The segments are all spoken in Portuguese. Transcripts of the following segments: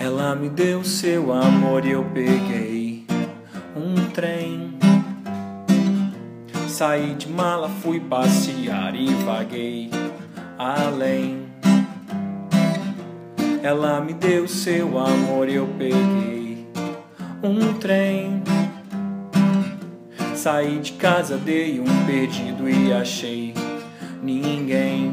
Ela me deu seu amor e eu peguei um trem. Saí de mala, fui passear e vaguei além. Ela me deu seu amor e eu peguei um trem. Saí de casa, dei um perdido e achei ninguém.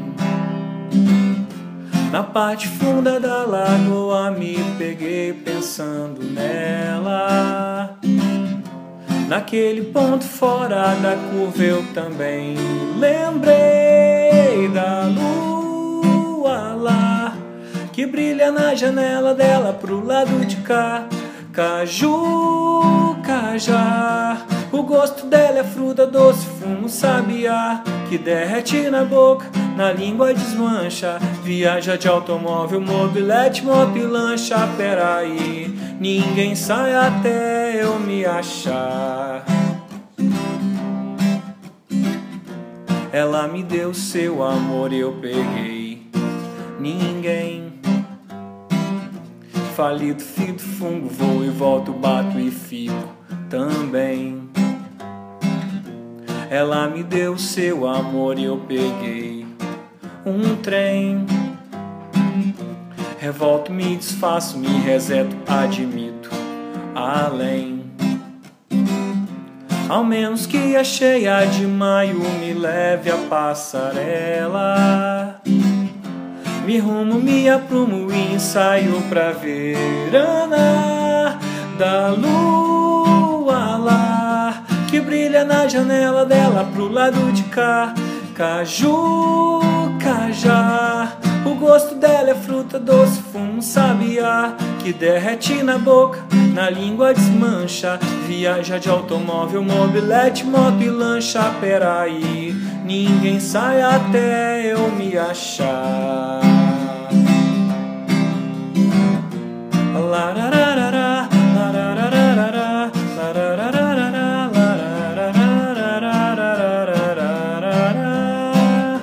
Na parte funda da lagoa me peguei pensando nela. Naquele ponto fora da curva eu também lembrei da lua lá, que brilha na janela dela pro lado de cá. Caju, cajá, o gosto dela é fruta doce, fumo sabiá, que derrete na boca, na língua desmancha. Viaja de automóvel, mobilete, moto e lancha. Peraí, ninguém sai até eu me achar. Ela me deu seu amor e eu peguei ninguém. Falido, fito, fungo, vou e volto, bato e fico também. Ela me deu seu amor e eu peguei um trem. Revolto, me desfaço, me reseto, admito além. Ao menos que a cheia de maio me leve a passarela. Me rumo, me aprumo e ensaio pra verana da lua lá, que brilha na janela dela pro lado de cá. Caju, cajá, o gosto dela é fruta doce, fumo sabiá, que derrete na boca, na língua desmancha. Viaja de automóvel, mobilete, moto e lancha. Peraí, ninguém sai até eu me achar. Larararara, larararara, larararara, larararara.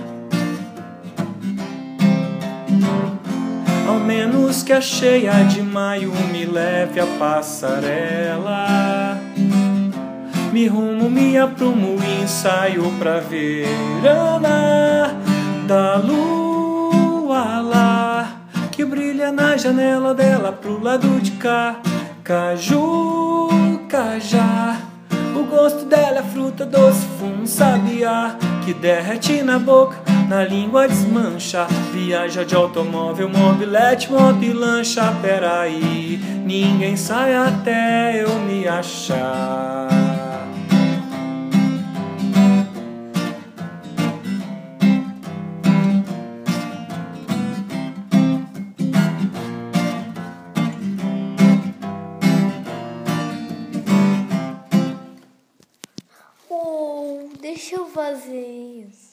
Ao menos que a cheia de maio me leve a passarela. Me rumo, me aprumo e ensaio pra verana da lua lá, que brilha na janela dela pro lado de cá. Caju, cajá, o gosto dela é fruta doce, fumo sabiá, que derrete na boca, na língua desmancha. Viaja de automóvel, mobilete, moto e lancha. Peraí, ninguém sai até eu me achar. Deixa eu fazer isso.